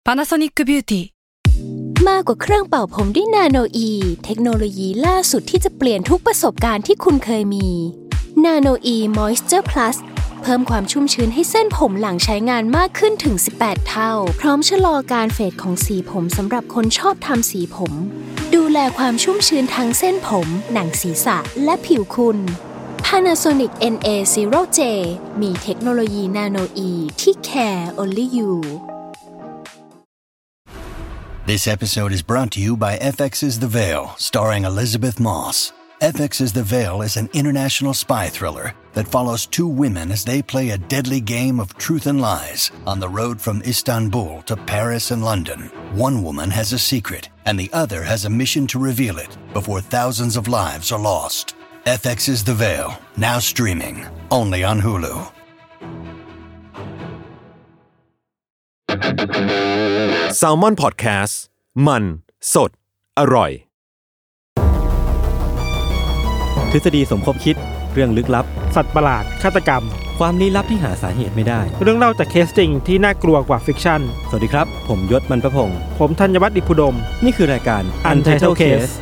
Panasonic Beauty มากกว่าเครื่องเป่าผมด้วยนาโนอีเทคโนโลยีล่าสุดที่จะเปลี่ยนทุกประสบการณ์ที่คุณเคยมีนาโนอีมอยส์เจอร์พลัสเพิ่มความชุ่มชื้นให้เส้นผมหลังใช้งานมากขึ้นถึง18เท่าพร้อมชะลอการเฟดของสีผมสำหรับคนชอบทำสีผมดูแลความชุ่มชื้นทั้งเส้นผมหนังศีรษะและผิวคุณ Panasonic NA0J มีเทคโนโลยีนาโนอีที่ care only you This episode is brought to you by FX's The Veil, starring Elizabeth Moss. FX's The Veil is an international spy thriller that follows two women as they play a deadly game of truth and lies on the road from Istanbul to Paris and London. One woman has a secret, and the other has a mission to reveal it before thousands of lives are lost. FX's The Veil, now streaming, only on Hulu. Salmon Podcast มันสดอร่อยทฤษฎีสมคบคิดเรื่องลึกลับสัตว์ประหลาดฆาตกรรมความลี้ลับที่หาสาเหตุไม่ได้เรื่องเล่าจากเคสจริงที่น่ากลัวกว่าฟิกชั่นสวัสดีครับผมยศมันประพงษ์ผมธัญวัฒน์อิพุดมนี่คือรายการ Untitled Case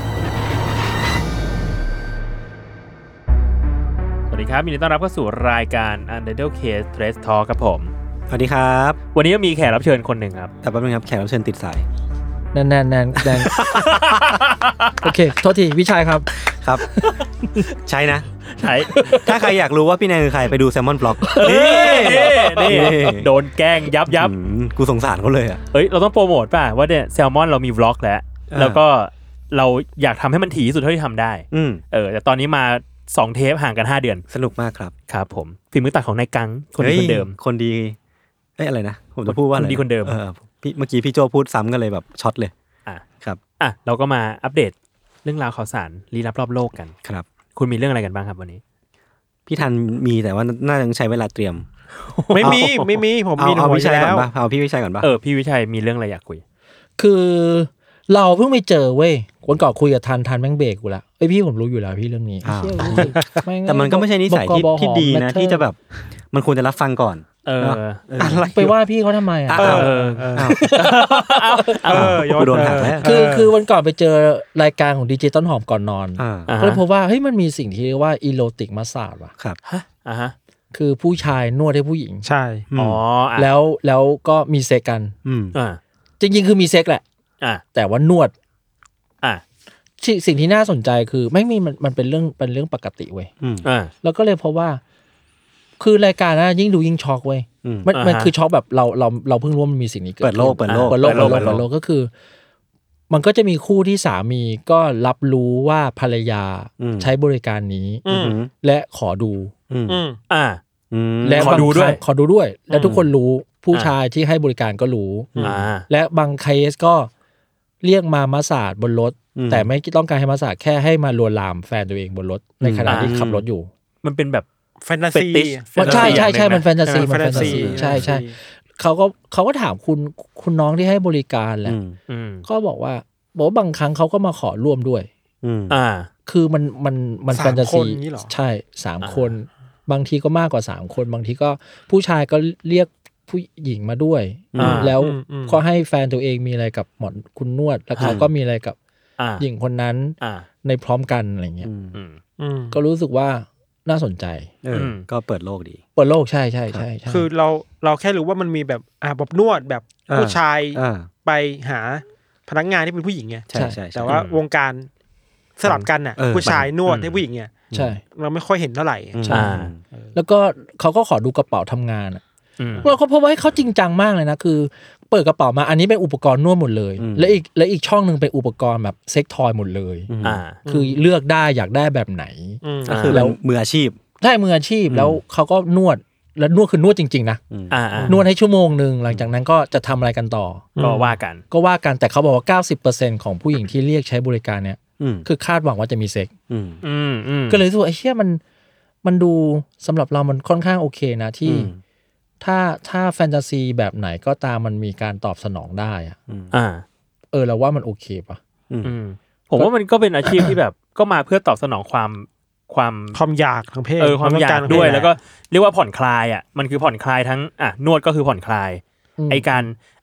สวัสดีครับยินดีต้อนรับเข้าสู่รายการ Untitled Case Trace Talk ครับผมสวัสดีครับวันนี้ก็มีแขกรับเชิญคนหนึ่งครับแต่แป๊บนึงครับแขกรับเชิญติดสายแน่นโอเคโทษทีวิชัยครับครับใช่นะใช่ถ้าใครอยากรู้ว่าพี่แนนคือใครไปดู Salmon Vlog นี่โดนแกล้งยับกูสงสารเขาเลยอ่ะเอ้ยเราต้องโปรโมทป่ะว่าเนี่ย Salmon เรามี Vlog แล้วก็เราอยากทำให้มันถี่ที่สุดเท่าที่ทำได้แต่ตอนนี้มา2เทปห่างกัน5เดือนสนุกมากครับครับผมฝีมือตัดของนายกังคนเดิมคนดีอะไรนะผมจะพูดว่าอะไรคนดีคนเดิมพี่เมื่อกี้พี่โจพูดซ้ำกันเลยแบบช็อตเลยครับเราก็มาอัปเดตเรื่องราวข่าวสารลี้ลับรอบโลกกันครับคุณมีเรื่องอะไรกันบ้างครับวันนี้พี่ทันมีแต่ว่าน่าจะใช้เวลาเตรียมไม่มีผมมีเอาพี่วิชัยก่อนป่ะเอาพี่วิชัยก่อนป่ะพี่วิชัยมีเรื่องอะไรอยากคุยคือเราเพิ่งไปเจอเว้ยวันก่อนคุยกับทันแม่งเบรกกูละพี่ผมรู้อยู่แล้วพี่เรื่องนี้แต่มันก็ไม่ใช่นิสัยที่ดีนะที่จะแบบมันควรจะรับฟังก่อนไปว่าพี่เขาทำไมโดนหักแล้วคือวันก่อนไปเจอรายการของดีเจต้นหอมก่อนนอนก็เลยพบว่าเฮ้ยมันมีสิ่งที่เรียกว่าอีโรติกมัสซาจว่ะครับคือผู้ชายนวดให้ผู้หญิงใช่แล้วก็มีเซ็กกันจริงๆคือมีเซ็กแหละแต่ว่านวดสิ่งที่น่าสนใจคือไม่มีมันเป็นเรื่องปกติเว้ยแล้วก็เลยพบว่าคือรายการนะยิ่งดูยิ่งช็อกเว้ยมันคือช็อกแบบเราเพิ่งรู้ว่ามันมีสิ่งนี้เกิดเปิดโลกก็คือมันก็จะมีคู่ที่สามีก็รับรู้ว่าภรรยาใช้บริการนี้และขอดูและขอดูด้วยและทุกคนรู้ผู้ชายที่ให้บริการก็รู้และบางเคสก็เรียกมามัสซาจบนรถแต่ไม่ต้องการให้มัสซาจแค่ให้มาลวนลามแฟนตัวเองบนรถในขณะที่ขับรถอยู่มันเป็นแบบแฟนตาซีใช่มันแฟนตาซีใช่เขาก็ถามคุณน้องที่ให้บริการแหละก็บอกว่าบางครั้งเขาก็มาขอร่วมด้วยคือมันแฟนตาซีใช่3คนบางทีก็มากกว่า3คนบางทีก็ผู้ชายก็เรียกผู้หญิงมาด้วยแล้วก็ให้แฟนตัวเองมีอะไรกับหมอคุณนวดแล้วเขาก็มีอะไรกับหญิงคนนั้นในพร้อมกันอะไรเงี้ยก็รู้สึกว่าน่าสนใจก็เปิดโลกดีเปิดโลกใช่คือเราแค่รู้ว่ามันมีแบบแบบนวดแบบผู้ชายไปหาพนักงานที่เป็นผู้หญิงไงใช่แต่ว่าวงการสลับกันน่ะผู้ชายนวดให้ผู้หญิงไงใช่เราไม่ค่อยเห็นเท่าไหร่ใช่แล้วก็เขาก็ขอดูกระเป๋าทำงานเราก็พบว่าเขาจริงจังมากเลยนะคือเปิดกระเป๋ามาอันนี้เป็นอุปกรณ์นวดหมดเลยและอีกช่องนึงเป็นอุปกรณ์แบบเซ็กทอยหมดเลยคือเลือกได้อยากได้แบบไหนก็คือแล้วมืออาชีพใช่มืออาชีพแล้วเขาก็นวดแล้วนวดคือนวดจริงๆนะนวดให้ชั่วโมงนึงหลังจากนั้นก็จะทำอะไรกันต่อก็ว่ากันแต่เขาบอกว่า 90% ของผู้หญิงที่เรียกใช้บริการเนี่ยคือคาดหวังว่าจะมีเซ็กก็เลยรู้สึกไอ้เหี้ยมันดูสำหรับเรามันค่อนข้างโอเคนะที่ถ้าแฟนตาซีแบบไหนก็ตามมันมีการตอบสนองได้เราว่ามันโอเคป่ะผมว่ามันก็เป็นอาชีพที่แบบก็มาเพื่อตอบสนองความอยากทางเพศความอยากด้วยแล้วก็เรียกว่าผ่อนคลายมันคือผ่อนคลายทั้งนวดก็คือผ่อนคลายไอ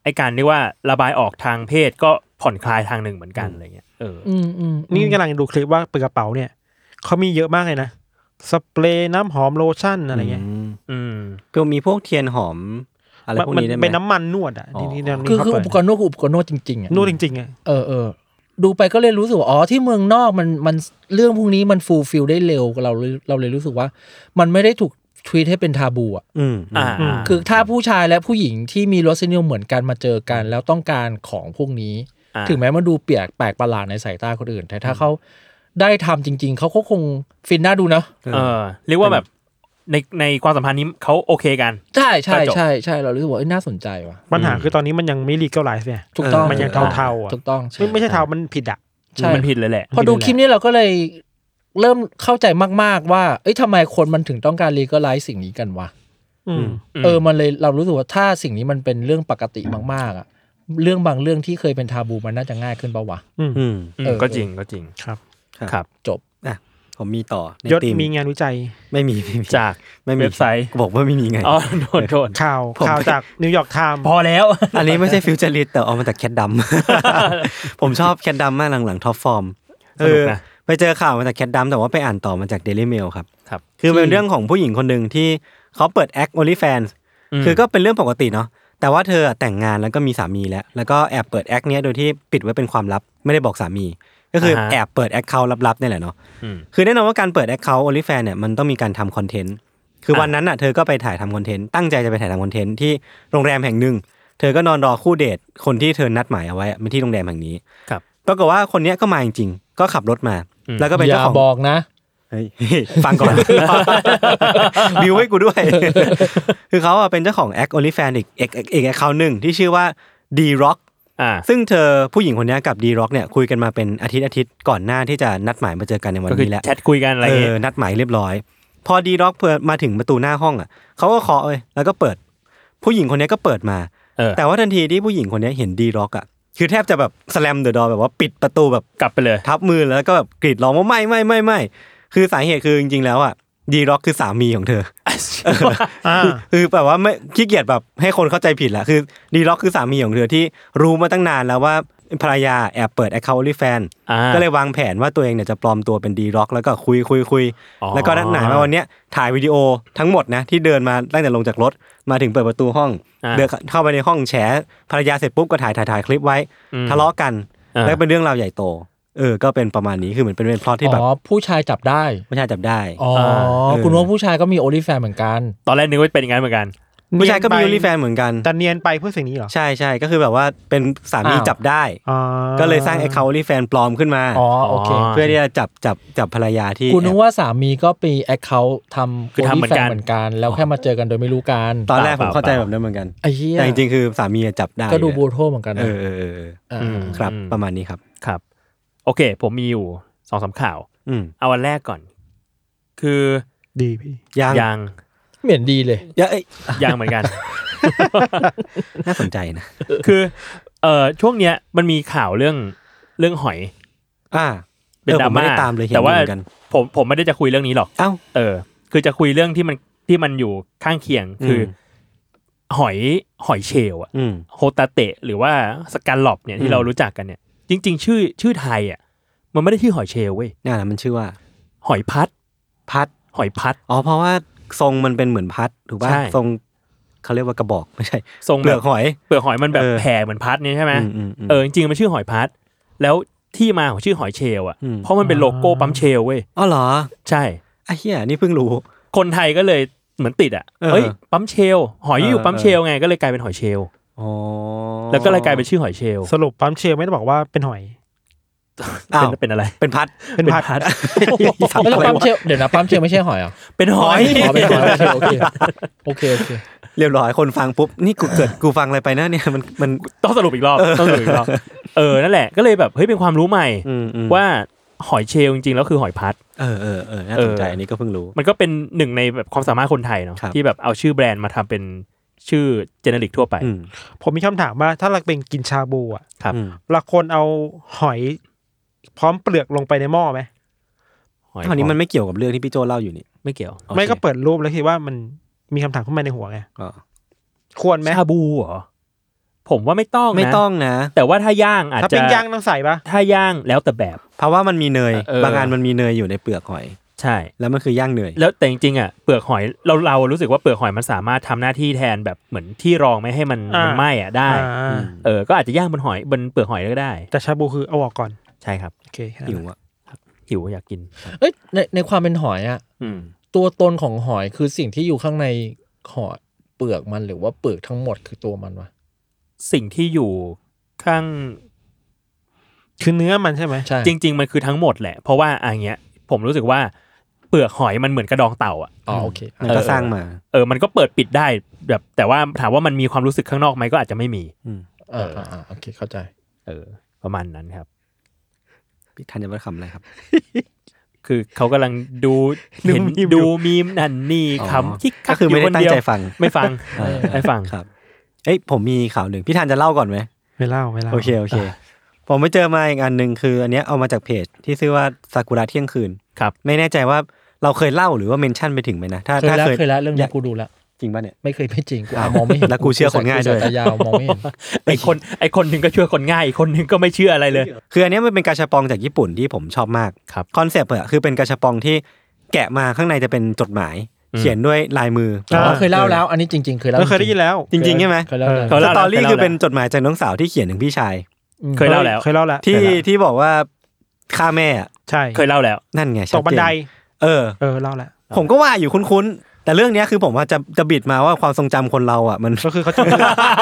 อ้การที่ว่าระบายออกทางเพศก็ผ่อนคลายทางหนึ่งเหมือนกันอะไรเงี้ยนี่กำลังดูคลิปว่าเปิดกระเป๋าเนี่ยเขามีเยอะมากเลยนะสเปรย์น้ำหอมโลชั่นอะไรเงี้ยก็มีพวกเทียนหอมอะไรพวกนี้ได้ไหมเป็นน้ำมันนวดอ่ะคืออุปกรณ์นวดคืออุปกรณ์นวดจริงๆอ่ะนวดจริงๆอ่ะดูไปก็เลยรู้สึกว่าที่เมืองนอกมันเรื่องพวกนี้มันฟูลฟิลได้เร็วเราเลยรู้สึกว่ามันไม่ได้ถูกทวีตให้เป็นทาบูอ่ะคือถ้าผู้ชายและผู้หญิงที่มีรสนิยมเหมือนกันมาเจอกันแล้วต้องการของพวกนี้ถึงแม้มันดูแปลกประหลาดในสายตาคนอื่นแต่ถ้าเขาได้ทำจริงๆเขาคงฟินน่าดูเนาะเรียกว่าแบบในความสัมพันธ์นี้เขาโอเคกันใช่ใช่ใช่ใช่เรารู้สึกว่าน่าสนใจว่ะปัญหาคือตอนนี้มันยังไม่ลีกเกลไลฟ์เนี่ยถูกต้องมันยังเทาๆอ่ะถูกต้องไม่ใช่เทามันผิดอ่ะใช่มันผิดเลยแหละพอดูคลิปนี้เราก็เลยเริ่มเข้าใจมากๆว่าทำไมคนมันถึงต้องการลีกเกลไลฟ์สิ่งนี้กันวะมันเลยเรารู้สึกว่าถ้าสิ่งนี้มันเป็นเรื่องปกติมากๆอ่ะเรื่องบางเรื่องที่เคยเป็นทาบูมันน่าจะง่ายขึ้นป่าววะก็จริงครับจบผมมีต่อยศมีงานวิจัยไม่มีจากไม่มีเว็บไซต์บอกว่าไม่มีไงโทษข่าวจากนิวยอร์กไทม์พอแล้วอันนี้ไม่ใช่ฟิวเจอริสต์แต่เอามาจากแคทดำผมชอบแคทดำมากหลังๆท็อปฟอร์มสนุกนะไปเจอข่าวมาจากแคทดำแต่ว่าไปอ่านต่อมาจาก Daily Mail ครับคือเป็นเรื่องของผู้หญิงคนหนึ่งที่เขาเปิดแอค OnlyFans คือก็เป็นเรื่องปกติเนาะแต่ว่าเธอแต่งงานแล้วก็มีสามีแล้วก็แอบเปิดแอคเนี้ยโดยที่ปิดไว้เป็นความลับไม่ได้บอกสามีก็คือแอบเปิดแอคเคาท์ลับๆนี่แหละเนาะคือแน่นอนว่าการเปิดแอคเคาท์ OnlyFans เนี่ยมันต้องมีการทำคอนเทนต์คือวันนั้นน่ะเธอก็ไปถ่ายทำคอนเทนต์ตั้งใจจะไปถ่ายทำคอนเทนต์ที่โรงแรมแห่งหนึ่งเธอก็นอนรอคู่เดทคนที่เธอนัดหมายเอาไว้มาที่โรงแรมแห่งนี้ปรากฏว่าคนนี้ก็มาจริงๆก็ขับรถมาแล้วก็เป็นเจ้าของอย่าบอกนะเฮ้ยฟังก่อนบิวให้กูด้วยคือเขาเป็นเจ้าของแอค OnlyFans อีกแอคเคาท์นึงที่ชื่อว่า D-Rockซึ่งเธอผู้หญิงคนนี้กับ D-Rock เนี่ยคุยกันมาเป็นอาทิตย์ก่อนหน้าที่จะนัดหมายมาเจอกันในวันนี้แล้วแชทคุยกันอะไรเงี้ยนัดหมายเรียบร้อยพอ D-Rock เพิ่มาถึงประตูหน้าห้องอ่ะเขาก็เคาะเลยแล้วก็เปิดผู้หญิงคนนี้ก็เปิดมาแต่ว่าทันทีที่ผู้หญิงคนนี้เห็น D-Rock อ่ะคือแทบจะแบบสแลมเดอะดอร์แบบว่าปิดประตูแบบกลับไปเลยทับมือแล้วก็แบบกรีดร้องว่าไม่คือสาเหตุคือจริงๆแล้วอ่ะD-Rock คือสามีของเธอคือแบบว่าไม่ขี้เกียจแบบให้คนเข้าใจผิดแหละคือ D-Rock คือสามีของเธอที่รู้มาตั้งนานแล้วว่าภรรยาแอบเปิด account OnlyFans ก็เลยวางแผนว่าตัวเองเนี่ยจะปลอมตัวเป็น D-Rock แล้วก็คุยแล้วก็นัดหมายมาวันเนี้ยถ่ายวิดีโอทั้งหมดนะที่เดินมาตั้งแต่ลงจากรถมาถึงเปิดประตูห้องเดินเข้าไปในห้องแฉภรรยาเสร็จปุ๊บก็ถ่ายคลิปไว้ทะเลาะกันแล้วเป็นเรื่องราวใหญ่โตก็เป็นประมาณนี้คือเหมือนเป็นพล็อตที่แบบผู้ชายจับได้คุณว่าผู้ชายก็มี OnlyFans เหมือนกันตอนแรกนึกว่าเป็นอย่างนั้นเหมือนกันผู้ชายก็มี OnlyFans เหมือนกันแต่เนียนไปเพื่อสิ่งนี้เหรอใช่ก็คือแบบว่าเป็นสามีจับได้ก็เลยสร้าง account OnlyFans ปลอมขึ้นมาโอเคเพื่อที่จะจับภรรยาที่คุณนึกว่าสามีก็มี account ทำ OnlyFans เหมือนกันแล้วแค่มาเจอกันโดยไม่รู้กันตอนแรกผมเข้าใจแบบนั้นเหมือนกันแต่จริงๆคือสามีจับได้ก็ดูบูโทเหมือนกันครับประมาณนี้ครับโอเคผมมีอยู่ 2-3 ข่าวเอาวันแรกก่อนคือดีพี่ยังเหม็นดีเลยยังเหมือนกันน่าสนใจนะคือช่วงเนี้ยมันมีข่าวเรื่องหอยเป็นดราม่าแต่ว่าผมไม่ได้จะคุยเรื่องนี้หรอกคือจะคุยเรื่องที่มันอยู่ข้างเคียงคือหอยเชลล์โฮตาเตะหรือว่าสแกลลอปเนี่ยที่เรารู้จักกันเนี่ยจริงๆชื่อไทยอ่ะมันไม่ได้ชื่อหอยเชลล์เว้ยนี่มันชื่อว่าหอยพัดหอยพัดเพราะว่าทรงมันเป็นเหมือนพัดถูกป่ะทรงเขาเรียกว่ากระบอกไม่ใช่ทรงเปลือกหอยมันแบบแผ่เหมือนพัดนี่ใช่ไหมจริงๆมันชื่อหอยพัดแล้วที่มาของชื่อหอยเชลล์อ่ะเพราะมันเป็นโลโก้ปั๊มเชลเว้ยเหรอใช่ไอ้เหี้ยนี่เพิ่งรู้คนไทยก็เลยเหมือนติดอ่ะปั๊มเชลหอยอยู่ปั๊มเชลไงก็เลยกลายเป็นหอยเชลแล้วก็เลยกลายเป็นชื่อหอยเชลสรุปปั๊มเชลไม่ได้บอกว่าเป็นหอยเป็นอะไรเป็นพัดแล้วปั๊มเชลเดี๋ยวนะปั๊มเชลไม่ใช่หอยอ่ะเป็นหอยเป็นหอยโอเคเรียบร้อยคนฟังปุ๊บนี่กูฟังอะไรไปนะเนี่ยมันต้องสรุปอีกรอบนั่นแหละก็เลยแบบเฮ้ยเป็นความรู้ใหม่ว่าหอยเชลจริงๆแล้วคือหอยพัดน่าสนใจอันนี้ก็เพิ่งรู้มันก็เป็นหนึ่งในแบบความสามารถคนไทยเนาะที่แบบเอาชื่อแบรนด์มาทำเป็นชื่อเจเนริกทั่วไปผมมีคำถามว่าถ้าเราเป็นกินชาบูอ่ะเราควรเอาหอยพร้อมเปลือกลงไปในหม้อไหมตอนนี้มันไม่เกี่ยวกับเรื่องที่พี่โจเล่าอยู่นี่ไม่เกี่ยวไม่ก็เปิดรูปแล้วคิดว่ามันมีคำถามขึ้นมาในหัวไงควรไหมชาบูเหรอผมว่าไม่ต้องนะแต่ว่าถ้าย่างอาจจะถ้าเป็นย่างต้องใส่ปะถ้าย่างแล้วแต่แบบเพราะว่ามันมีเนยบางอันมันมีเนยอยู่ในเปลือกหอยใช่แล้วมันคือย่างเนยแล้วแต่จริงๆอ่ะเปลือกหอยเรารู้สึกว่าเปลือกหอยมันสามารถทำหน้าที่แทนแบบเหมือนที่รองไม่ให้มันไหม้อ่ะได้ก็อาจจะย่างบนเปลือกหอยก็ได้แต่ชาบูคือเอาออกก่อนใช่ครับโอเคหิวอยากกินในความเป็นหอยอ่ะตัวตนของหอยคือสิ่งที่อยู่ข้างในหอยเปลือกมันหรือว่าเปลือกทั้งหมดคือตัวมันวะสิ่งที่อยู่ข้างคือเนื้อมันใช่ไหมใช่จริงๆมันคือทั้งหมดแหละเพราะว่าอย่างเงี้ยผมรู้สึกว่าเปลือกหอยมันเหมือนกระดองเต่าอ่ะโอเคมันก็สร้างมามันก็เปิดปิดได้แบบแต่ว่าถามว่ามันมีความรู้สึกข้างนอกไหมก็อาจจะไม่มีโอเคเข้าใจประมาณนั้นครับพี่ทันจะว่าคำอะไรครับคือเขากำลังดูเห็นดูมีมนั่นนี่คำคิกก็คือไม่ได้ตั้งใจฟังไม่ฟังครับผมมีข่าวหนึ่งพี่ทันจะเล่าก่อนไหมไม่เล่าโอเคผมไปเจอมาอีกอันนึงคืออันเนี้ยเอามาจากเพจที่ชื่อว่าซากุระเที่ยงคืนครับไม่แน่ใจว่าเราเคยเล่าหรือว่าเมนชั่นไปถึงไหมนะถ้าเคยแล้วเรื่องนี้กูดูแล้วจริงป่ะเนี่ยไม่เคยไม่จริงกูมองไม่เห็นแล้วกูเชื่อคนง่ายด้วยยาวมองไม่เห็นไอคนนึงก็เชื่อคนง่ายอีกคนนึงก็ไม่เชื่ออะไรเลยคืออันนี้มันเป็นกาชาปองจากญี่ปุ่นที่ผมชอบมากคอนเซปต์คือเป็นกาชาปองที่แกะมาข้างในจะเป็นจดหมายเขียนด้วยลายมือเคยเล่าแล้วอันนี้จริงๆเคยเล่าเคยได้ยินแล้วจริงๆใช่ไหมสตอรี่คือเป็นจดหมายจากน้องสาวที่เขียนถึงพี่ชายเคยเล่าแล้วที่บอกว่าฆ่าแม่ใช่เคยเล่าแล้วนั่นไงตกบันไดเล่าแล้วผมก็ว่าอยู่คุ้นๆแต่เรื่องนี้คือผมว่าจะบิดมาว่าความทรงจำคนเราอ่ะมันก็คือเขาจะดื้อ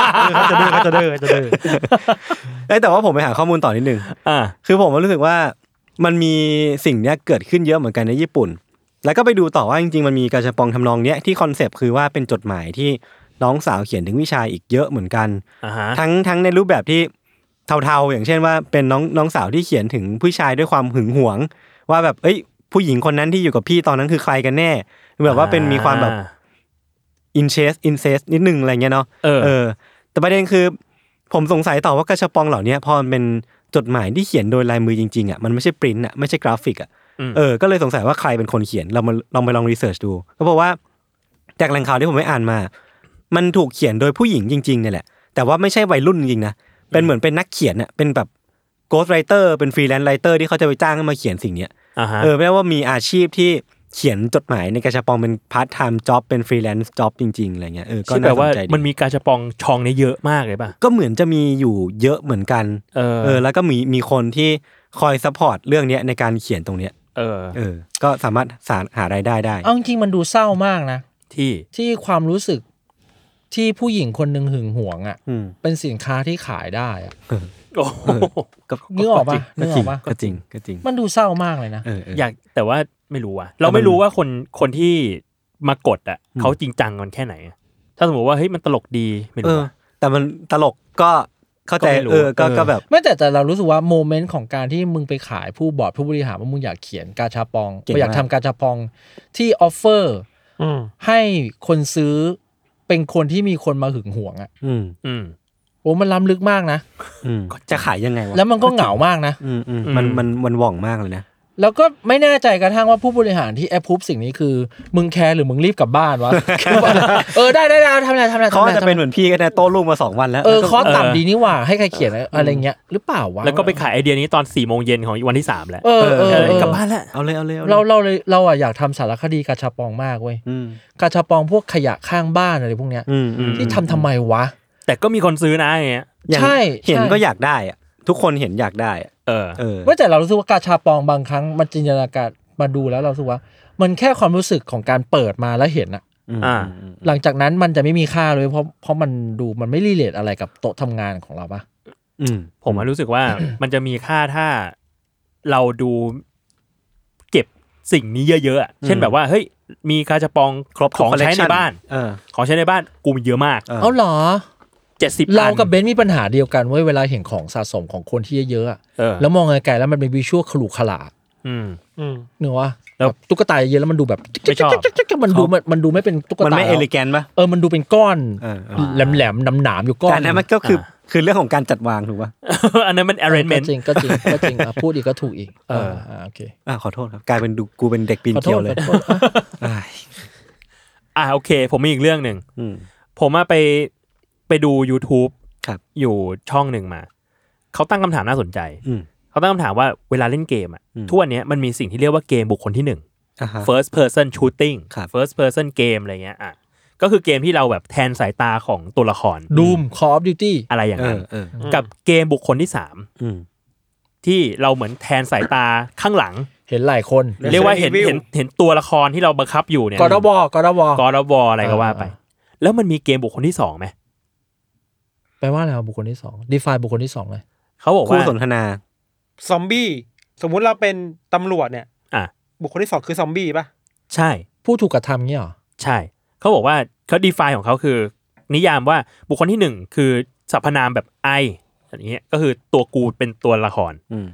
แต่ว่าผมไปหาข้อมูลต่อนิดนึงคือผมรู้สึกว่ามันมีสิ่งนี้เกิดขึ้นเยอะเหมือนกันในญี่ปุ่นแล้วก็ไปดูต่อว่าจริงๆมันมีกาชาปองทำนองเนี้ยที่คอนเซปต์คือว่าเป็นจดหมายที่น้องสาวเขียนถึงพี่ชายอีกเยอะเหมือนกันทั้งในรูปแบบที่เทาๆอย่างเช่นว่าเป็นน้องสาวที่เขียนถึงผู้ชายด้วยความหึงหวงว่าแบบผู้หญิงคนนั้นที่อยู่กับพี่ตอนนั้นคือใครกันแน่แบบว่าเป็นมีความแบบอินเซสนิดนึงอะไรเงี้ยเนาะแต่ประเด็นคือผมสงสัยต่อว่ากาชาปองเหล่านี้พอมันเป็นจดหมายที่เขียนโดยลายมือจริงๆอ่ะมันไม่ใช่ปริ้นท์อ่ะไม่ใช่กราฟิกอ่ะก็เลยสงสัยว่าใครเป็นคนเขียนเราลองไปรีเสิร์ชดูก็เพราะว่าจากแหล่งข่าวที่ผมไปอ่านมามันถูกเขียนโดยผู้หญิงจริงๆเนี่ยแหละแต่ว่าไม่ใช่วัยรุ่นจริงๆนะเป็นเหมือนเป็นนักเขียนอ่ะเป็นแบบโกสต์ไรเตอร์เป็นฟรีแลนซ์ไรเตอร์ที่เขาจะไปจ้างให้มาเขียนสิ่งเนี้ยแปลว่ามีอาชีพที่เขียนจดหมายในกาชาปองเป็นพาร์ทไทม์จ็อบเป็นฟรีแลนซ์จ็อบจริงๆอะไรเงี้ยก็น่าสนใจดีมันมีกาชาปองช่องนี้เยอะมากเลยป่ะก็เหมือนจะมีอยู่เยอะเหมือนกันแล้วก็มีคนที่คอยซัพพอร์ตเรื่องนี้ในการเขียนตรงเนี้ยก็สามารถหารายได้ได้เอาจริงมันดูเศร้ามากนะที่ความรู้สึกที่ผู้หญิงคนนึงหึงหวงอ่ะเป็นสินค้าที่ขายได้อ่ะนึกออกป่ะก็จริงมันดูเศร้ามากเลยนะอยากแต่ว่าไม่รู้ว่าเราไม่รู้ว่าคนที่มากดอ่ะเขาจริงจังกันแค่ไหนถ้าสมมติว่าเฮ้ยมันตลกดีไม่รู้แต่มันตลกก็เข้าใจก็แบบไม่แต่เรารู้สึกว่าโมเมนต์ของการที่มึงไปขายผู้บอร์ดผู้บริหารว่ามึงอยากเขียนกาชาปองอยากทำกาชาปองที่ออฟเฟอร์ให้คนซื้อเป็นคนที่มีคนมาหึงหวงอ่ะโอ้มันล้ำลึกมากนะจะขายยังไงวะแล้วมันก็เหงามากนะมันหว่องมากเลยนะแล้วก็ไม่แน่ใจกระทั่งว่าผู้บริหารที่แอปพูฟสิ่งนี้คือมึงแคร์หรือมึงรีบกลับบ้านวะได้ทำอะไรเขาจะเป็นเหมือนพี่กันนะโต้รุ่งมา2วันแล้วคอต่ำดีนี่หว่าให้ใครเขียนอะไรเงี้ยหรือเปล่าวะแล้วก็ไปขายไอเดียนี้ตอน 4:00 นของวันที่3แล้วกลับบ้านแล้วเอาเลยเราอ่ะอยากทำสารคดีกาชาปองมากเว้ยกาชาปองพวกขยะข้างบ้านอะไรพวกเนี้ยที่ทำไมวะแต่ก็มีคนซื้อนะอย่างเงี้ยใช่เห็นก็อยากได้อะทุกคนเห็นอยากได้ว่าแต่เรารู้สึกว่ากาชาปองบางครั้งมันจินตนาการมาดูแล้วเราสึกว่ามันแค่ความรู้สึกของการเปิดมาแล้วเห็นอ่ะหลังจากนั้นมันจะไม่มีค่าเลยเพราะมันดูมันไม่รีเลทอะไรกับโต๊ะทำงานของเราปะผมรู้สึกว่า มันจะมีค่าถ้าเราดูเก็บสิ่งนี้เยอะๆเช่นแบบว่าเฮ้ยมีกาชาปองครบของใช้ในบ้านของใช้ในบ้านกูมีเยอะมากเอาเหรอ 70 เรากับเบนซ์มีปัญหาเดียวกันเว้ยเวลาเห็นของสะสมของคนที่เยอะๆแล้วมองไกลๆแล้วมันเป็นวิชวลขลุขลาเนื้อว่าแล้วตุ๊กตาเยอะแล้วมันดูแบบไม่ชอบมันดูไม่เป็นตุ๊กตามันไม่เอลิแกนป่ะมันดูเป็นก้อนแหลมๆหนามๆอยู่ก้อนแต่นั้นมันก็คือเรื่องของการจัดวางถูกป่ะอันนั้นมัน arrangement ก็จริงพูดอีกก็ถูกอีกโอเคขอโทษครับกลายเป็นกูเป็นเด็กปีนเกลียวเลยโอเคผมมีอีกเรื่องนึงผมไปดู YouTube อยู่ช่องหนึ่งมาเขาตั้งคำถามน่าสนใจเขาตั้งคำถามว่าเวลาเล่นเกมอ่ะทุกวันนี้มันมีสิ่งที่เรียกว่าเกมบุคคลที่1 first person shooting first person game อะไรเงี้ยก็คือเกมที่เราแบบแทนสายตาของตัวละคร Doom Call of Duty อะไรอย่างนั้นกับเกมบุคคลที่3ที่เราเหมือนแทนสายตาข้างหลังเห็นหลายคนเรียกว่าเห็นตัวละครที่เราบังคับอยู่เนี่ย God of War อะไรก็ว่าไปแล้วมันมีเกมบุคคลที่2มั้ยแปลว่าอะไรบุคคลที่2 define บุคคลที่2เลยเขาบอกว่าคู่สนทนาซอมบี้สมมุติเราเป็นตำรวจเนี่ยบุคคลที่2คือซอมบี้ป่ะใช่ผู้ถูกกระทำเงี้ยหรอใช่เขาบอกว่าเขา define ของเขาคือนิยามว่าบุคคลที่1คือสรรพนามแบบ I อย่างเงี้ยก็คือตัวกูเป็นตัวละคร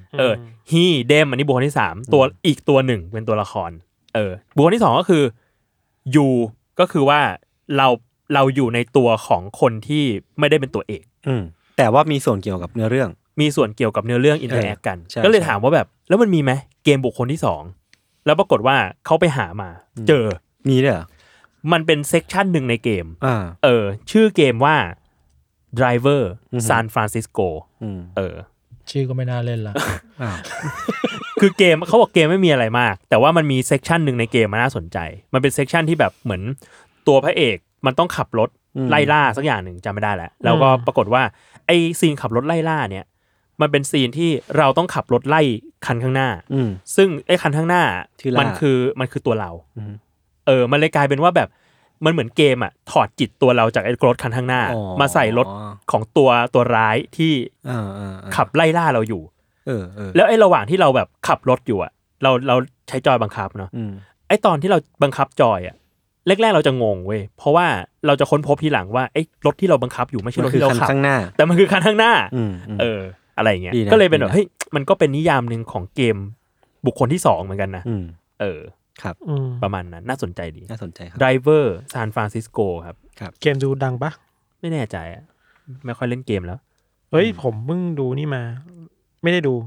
he them อันนี้บุคคลที่3ตัวอีกตัวหนึ่งเป็นตัวละครบุคคลที่2ก็คือ you ก็คือว่าเราอยู่ในตัวของคนที่ไม่ได้เป็นตัวเอกแต่ว่ามีส่วนเกี่ยวกับเนื้อเรื่องมีส่วนเกี่ยวกับเนื้อเรื่องอินเตอร์แอคกันก็เลยถามว่าแบบแล้วมันมีไหมเกมบุคคลที่2แล้วปรากฏว่าเขาไปหามาเจอมีด้วยเหรอมันเป็นเซกชันหนึ่งในเกมชื่อเกมว่า Driver San Francisco ชื่อก็ไม่น่าเล่นละคือเกมเขาบอกเกมไม่มีอะไรมากแต่ว่ามันมีเซกชันหนึ่งในเกมมันน่าสนใจมันเป็นเซกชันที่แบบเหมือนตัวพระเอกมันต้องขับรถไล่ล่าสักอย่างหนึ่งจำไม่ได้แล้วก็ปรากฏว่าไอ้ซีนขับรถไล่ล่าเนี่ยมันเป็นซีนที่เราต้องขับรถไล่คันข้างหน้าซึ่งไอ้คันข้างหน้ามันคือตัวเรามันเลยกลายเป็นว่าแบบมันเหมือนเกมอ่ะถอดจิตตัวเราจากไอ้รถคันข้างหน้ามาใส่รถของตัวร้ายที่ขับไล่ล่าเราอยู่แล้วไอ้ระหว่างที่เราแบบขับรถอยู่อ่ะเราใช้จอยบังคับเนาะไอ้ตอนที่เราบังคับจอยอ่ะแรกๆเราจะงงเว้ยเพราะว่าเราจะค้นพบทีหลังว่าไอ้รถที่เราบังคับอยู่ไม่ใช่รถที่เราขับแต่มันคือคันข้างหน้าอะไรอย่างเงี้ยก็เลยเป็นแบบเฮ้ยมันก็เป็นนิยามนึงของเกมบุคคลที่2เหมือนกันนะครับประมาณนั้นน่าสนใจดีน่าสนใจครับ Driver San Francisco ครับเกมดูดังปะไม่แน่ใจอ่ะไม่ค่อยเล่นเกมแล้วเฮ้ยผมเพิ่งดูนี่มาไม่ได้ดู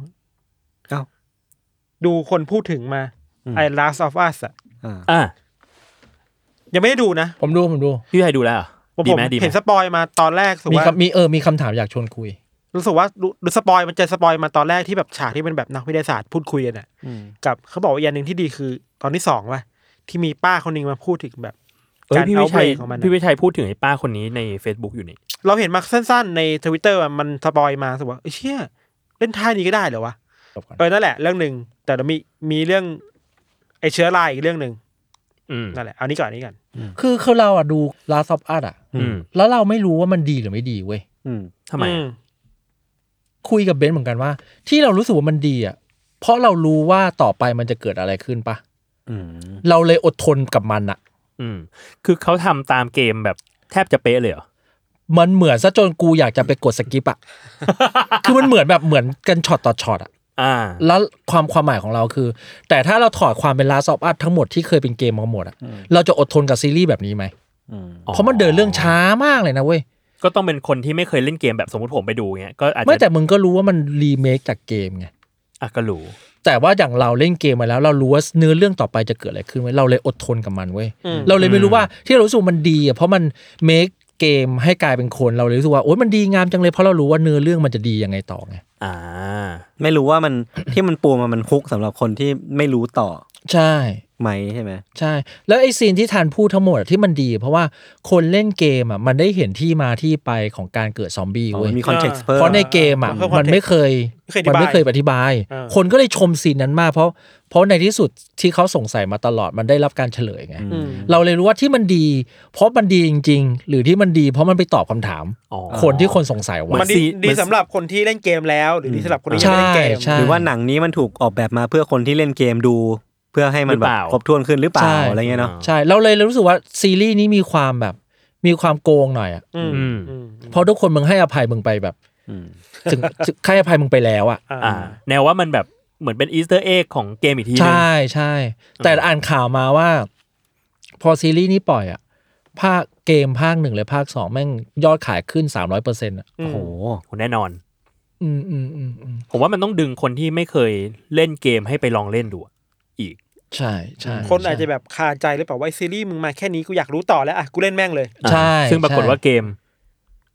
ดูคนพูดถึงมาไอ้ Last of Us ยังไม่ได้ดูนะผมดูพี่ใครดูแล้วดีไหมเห็นสปอยมาตอนแรกสุดว่ามีคำถามอยากชวนคุยรู้สึกว่าดูสปอยมันจะสปอยมาตอนแรกที่แบบฉากที่เป็นแบบนักวิทยาศาสตร์พูดคุยกันกับเขาบอกว่าอย่างนึงที่ดีคือตอนที่2ว่ะที่มีป้าคนนึงมาพูดถึงแบบการเอาเพลงของมันพี่วิชัยพูดถึงไอ้ป้าคนนี้ใน Facebook อยู่นี่เราเห็นมาสั้นๆใน Twitter มันสปอยมาสึกว่าเชี่ยเล่นท่านี้ก็ได้เหรอวะนั่นแหละเรื่องนึงแต่มีเรื่องไอ้เชื้อราอีกเรื่องนึงนั่นแหละเอานี้ก่อนคือเราดู Last of Us แล้วเราไม่รู้ว่ามันดีหรือไม่ดีเว้ยทำไมคุยกับเบนซ์เหมือนกันว่าที่เรารู้สึกว่ามันดีเพราะเรารู้ว่าต่อไปมันจะเกิดอะไรขึ้นปะเราเลยอดทนกับมันคือเขาทำตามเกมแบบแทบจะเป๊ะเลยเหรอมันเหมือนซะจนกูอยากจะไปกดสกิปคือมันเหมือนกันช็อตต่อช็อตแล้วความหมายของเราคือแต่ถ้าเราถอดความเป็น Last of Us ทั้งหมดที่เคยเป็นเกมมาหมดเราจะอดทนกับซีรีส์แบบนี้ไหมเพราะมันเดินเรื่องช้ามากเลยนะเว้ยก็ต้องเป็นคนที่ไม่เคยเล่นเกมแบบสมมติผมไปดูเงี้ยก็อาจจะไม่แต่มึงก็รู้ว่ามันรีเมคจากเกมไงก็รู้แต่ว่าอย่างเราเล่นเกมมาแล้วเรารู้ว่าเนื้อเรื่องต่อไปจะเกิดอะไรขึ้นเว้ยเราเลยอดทนกับมันเว้ยเราเลยไม่รู้ว่าที่เรารู้สึกมันดีเพราะมันเมคเกมให้กลายเป็นคนเราเลยรู้สึกว่าโอ๊ยมันดีงามจังเลยเพราะเรารู้ว่าเนื้อเรื่องมันจะดียังไงต่อไงไม่รู้ว่ามันที่มันปูมันคุกสำหรับคนที่ไม่รู้ต่อใช่ไหมใช่ไหมใช่แล้วไอ้ซีนที่ทานพูดทั้งหมดที่มันดีเพราะว่าคนเล่นเกมมันได้เห็นที่มาที่ไปของการเกิดซอมบี้เว้ยมีคอนเท็กซ์เพราะในเกมมันไม่เคยอธิบายคนก็เลยชมซีนนั้นมากเพราะในที่สุดที่เขาสงสัยมาตลอดมันได้รับการเฉลยไงเราเลยรู้ว่าที่มันดีเพราะมันดีจริงๆหรือที่มันดีเพราะมันไปตอบคำถามคนที่คนสงสัยว่ามันดีสำหรับคนที่เล่นเกมแล้วหรือดีสำหรับคนที่ไม่เล่นเกมหรือว่าหนังนี้มันถูกออกแบบมาเพื่อคนที่เล่นเกมดูเพื่อให้มันแบบครบถ้วนขึ้นหรือเปล่าอะไรเงี้ยเนาะใช่เราเลยรู้สึกว่าซีรีส์นี้มีความโกงหน่อยเพราะทุกคนมึงให้อภัยมึงไปแบบถึงให้อภัยมึงไปแล้วแนวว่ามันแบบเหมือนเป็นอีสเตอร์เอ็กของเกมอีกทีนึงใช่แต่อ่านข่าวมาว่าพอซีรีส์นี้ปล่อยภาคเกมภาค1และภาค2แม่งยอดขายขึ้น 300% โอ้โหแน่นอนผมว่ามันต้องดึงคนที่ไม่เคยเล่นเกมให้ไปลองเล่นดูอีกใช่คนอาจจะแบบคาใจหรือเปล่าว่าซีรีส์มึงมาแค่นี้กูอยากรู้ต่อแล้วกูเล่นแม่งเลยใช่ซึ่งปรากฏว่าเกม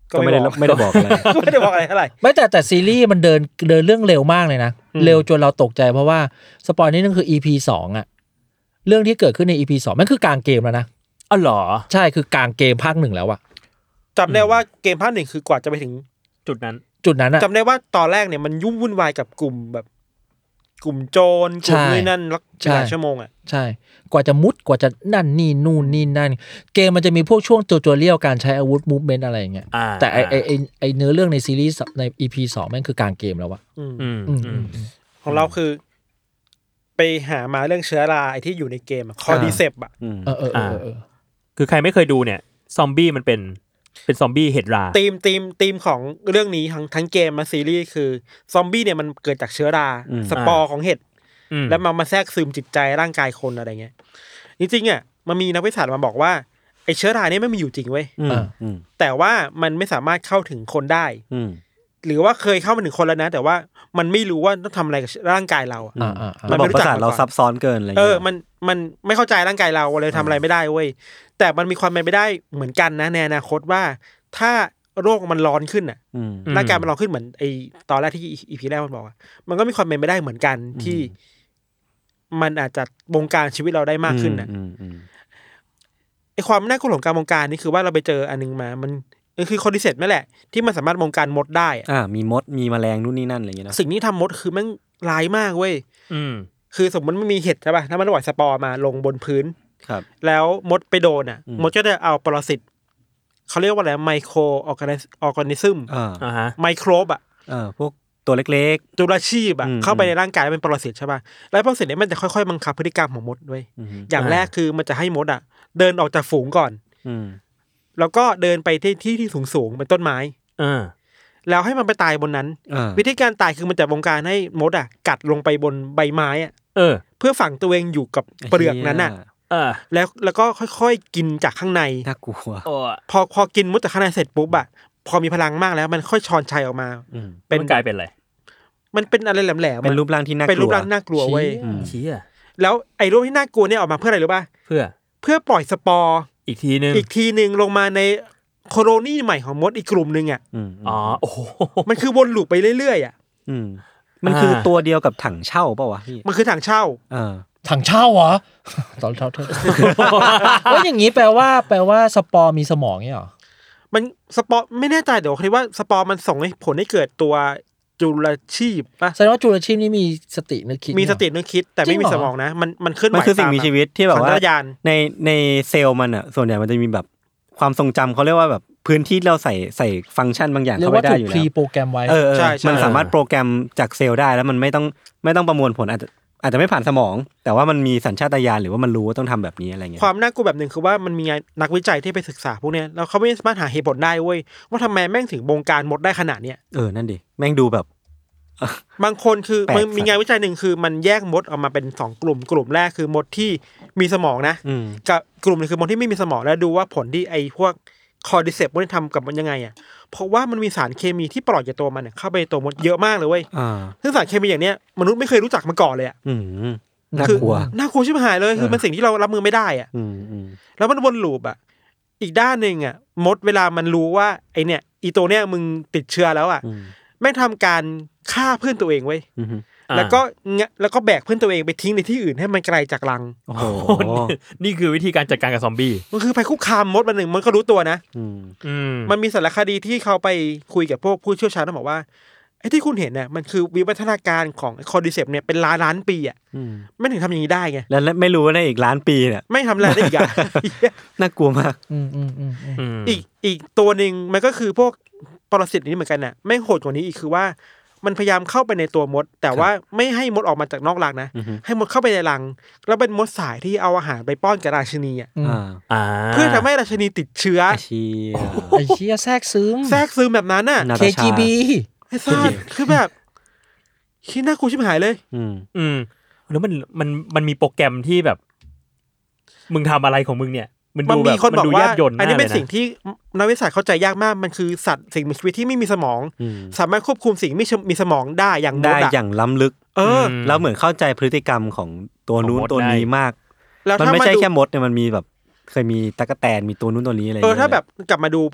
ก็ไม่ได้บอกอะไรไม่ได้บอกอะไรเท่าไหร่ไม่แต่ซีรีส์มันเดินเรื่องเร็วมากเลยนะเร็วจนเราตกใจเพราะว่าสปอยนิดนึงคือ EP 2อ่ะเรื่องที่เกิดขึ้นใน EP 2มันคือกลางเกมแล้วนะอ๋อเหรอใช่คือกลางเกมภาค1แล้วอะจำได้ว่าเกมภาค1คือกว่าจะไปถึงจุดนั้นอะจำได้ว่าตอนแรกเนี่ยมันยุ่งวุ่นวายกับกลุ่มแบบกลุ่มโจรกลุ่มนี่นั่นแล้วหลายชั่วโมงอ่ะใช่กว่าจะมุดกว่าจะนั่นนี่นู่นนี่นั่นเกมมันจะมีพวกช่วงตัวเลี้ยวการใช้อาวุธมูฟเมนต์อะไรอย่างเงี้ยแต่ไอเนื้อเรื่องในซีรีส์ใน EP 2มันคือกลางเกมแล้วอะของเราคือไปหามาเรื่องเชื้อราไอที่อยู่ในเกมคอร์ดิเซปอ่ะคือใครไม่เคยดูเนี่ยซอมบี้มันเป็นซอมบี้เห็ดราธีมของเรื่องนี้ทั้งเกมมาซีรีส์คือซอมบี้เนี่ยมันเกิดจากเชื้อราสปอร์ของเห็ดแล้วมาแทรกซึมจิตใจร่างกายคนอะไรเงี้ยจริงๆอ่ะมันมีนักวิทยาศาสตร์มาบอกว่าไอเชื้อราเนี่ยไม่มีอยู่จริงเว้ยแต่ว่ามันไม่สามารถเข้าถึงคนได้หรือว่าเคยเข้ามาถึงคนแล้วนะแต่ว่ามันไม่รู้ว่าต้องทำอะไรกับร่างกายเรามันไม่รู้จักเราซับซ้อนเกินอะไรมันไม่เข้าใจร่างกายเราเลยทำอะไรไม่ได้เว้ยแต่มันมีความเป็นไปได้เหมือนกันนะในอนาคตว่าถ้าโรคมันร้อนขึ้นอ่ะร่างกายมันร้อนขึ้นเหมือนไอตอนแรกที่อีพีแรกมันบอกมันก็มีความเป็นไปได้เหมือนกันที่มันอาจจะบงการชีวิตเราได้มากขึ้นน่ะไอความน่ากลัวของการบงการนี่คือว่าเราไปเจออันนึงมามันคือคอร์ดิเซปนั่นแหละที่มันสามารถบงการมดได้มีมดมีแมลงนู่นนี่นั่นอะไรอย่างเงี้ยนะสิ่งนี้ทำมดคือมันร้ายมากเว้ยคือสมมติมันมีเห็ดใช่ป่ะถ้ามันปล่อยสปอร์มาลงบนพื้นแล้วมดไปโดนมดก็จะเอาปรสิตเขาเรียกว่าอะไรไมโครออร์แกนิซึมไมโครบพวกตัวเล็กๆจุลชีพเข้าไปในร่างกายเป็นปรสิตใช่ป่ะแล้วปรสิตเนี่ยมันจะค่อยๆบังคับพฤติกรรมของมดด้วยอย่างแรกคือมันจะให้มดเดินออกจากฝูงก่อนแล้วก็เดินไปที่สูงๆเป็นต้นไม้แล้วให้มันไปตายบนนั้นวิธีการตายคือมันจะบงการให้มดกัดลงไปบนใบไม้เพื่อฝังตัวเองอยู่กับเปลือกนั้นแล้วก็ค่อยๆกินจากข้างในน่ากลัวพอกินมดจากข้างในเสร็จปุ๊บพอมีพลังมากแล้วมันค่อยช้อนชัยออกมาเป็นกลายเป็นอะไรมันเป็นอะไรแหลมๆเป็นรูปร่างที่น่ากลัวเป็นรูปร่างน่ากลัวเว้ยแล้วไอ้รูปที่น่ากลัวเนี่ยออกมาเพื่ออะไรรู้ป่ะเพื่อปล่อยสปอร์อีกทีนึงลงมาในโคโลนีใหม่ของมดอีกกลุ่มนึงโอ้โหมันคือวนลูปไปเรื่อยๆมันคือตัวเดียวกับถังเช่าป่ะวะพี่มันคือถังเช่าถังเช่าเหรอตอนเท่าว่าอย่างนี้แปลว่าสปอร์มีสมองเนี่ยหรอมันสปอร์ไม่แน่ใจเดี๋ยวคิดว่าสปอร์มันส่งให้ผลให้เกิดตัวจุลชีพป่ะแสดงว่าจุลชีพนี่มีสตินึกคิดมีสตินึกคิดแต่ไม่มีสมองนะมันเคลื่อนไหวมันคือสิ่งมีชีวิตที่แบบว่าในเซลล์มันส่วนใหญ่มันจะมีแบบความทรงจำเขาเรียกว่าแบบพื้นที่เราใส่ฟังก์ชันบางอย่างเข้าไปได้อยู่แล้วพรีโปรแกรมไว้ใช่มันสามารถโปรแกรมจากเซลล์ได้แล้วมันไม่ต้องประมวลผลอาจจะไม่ผ่านสมองแต่ว่ามันมีสัญชาตญาณหรือว่ามันรู้ว่าต้องทำแบบนี้อะไรเงี้ยความน่ากลัวแบบนึงคือว่ามันมีนักวิจัยที่ไปศึกษาพวกเนี้ยแล้วเขาไม่สามารถหาเหตุผลได้เว้ยว่าทำไมแม่งถึงบงการมดได้ขนาดเนี้ยนั่นดิแม่งดูแบบบางคนคือมันมีงานวิจัยหนึ่งคือมันแยกมดออกมาเป็น2กลุ่มแรกคือมดที่มีสมองนะกับกลุ่มนึงคือมดที่ไม่มีสมองแล้วดูว่าผลที่ไอ้พวกคอร์ดิเซปมันทำกับมันยังไงเพราะว่ามันมีสารเคมีที่ปล่อยจากตัวมันเข้าไปในตัวมดเยอะมากเลยเว้ยซึ่งสารเคมีอย่างเนี้ยมนุษย์ไม่เคยรู้จักมาก่อนเลยน่ากลัวชิบหายเลยคือมันสิ่งที่เรารับมือไม่ได้แล้วมันวนลูปอีกด้านนึงมดเวลามันรู้ว่าไอเนี่ยอีตัวเนี้ยมึงติดเชื้อแล้วแม่งทำการฆ่าเพื่อนตัวเองเว้ยแล้วก็แบกเพื่อนตัวเองไปทิ้งในที่อื่นให้มันไกลจากรังโอ้โหนี่คือวิธีการจัดการกับซอมบี้มันคือภัยคุกคามมดมันหนึ่งมันก็รู้ตัวนะมันมีสารคดีที่เขาไปคุยกับพวกผู้เชี่ยวชาญเขาบอกว่าไอ้ที่คุณเห็นเนี่ยมันคือวิวัฒนาการของคอร์ดิเซปเนี่ยเป็นล้านปีไม่ถึงทำอย่างนี้ได้ไงแล้วไม่รู้ว่าในอีกล้านปีเนี่ยไม่ทำอะไรได้อีกน่ากลัวมากอีกตัวนึงมันก็คือพวกปรสิตนี้เหมือนกันไม่โหดกว่านี้อีกคือว่ามันพยายามเข้าไปในตัวมดแต่ว่าไม่ให้มดออกมาจากนอกรังนะให้มดเข้าไปในรังแล้วเป็นมดสายที่เอาอาหารไปป้อนกับราชินีเพื่อทำให้ราชินีติดเชื้อไอ้เชี่ยแทรกซึมแบบนั้น KGB ไอ้ซ่าคือแบบคิดน่ากลัวชิบหายเลยแล้วมันมีโปรแกรมที่แบบมึงทำอะไรของมึงเนี่ยมันมีคนบอกว่าอันนี้เป็นสิ่งที่นักวิทยาศาสตร์เข้าใจยากมากมันคือสัตว์สิ่งมีชีวิตที่ไม่มีสมองสามารถควบคุมสิ่งไม่มีสมองได้อย่างได้อย่างล้ำลึกแล้วเหมือนเข้าใจพฤติกรรมของตัวนู้นตัวนี้มากมันไม่ใช่แค่มดเนี่ยมันมีแบบเคยมีตั๊กแตนมีตัวนู้นตัวนี้อะไรถ้าแบบกลับมาดูแบบ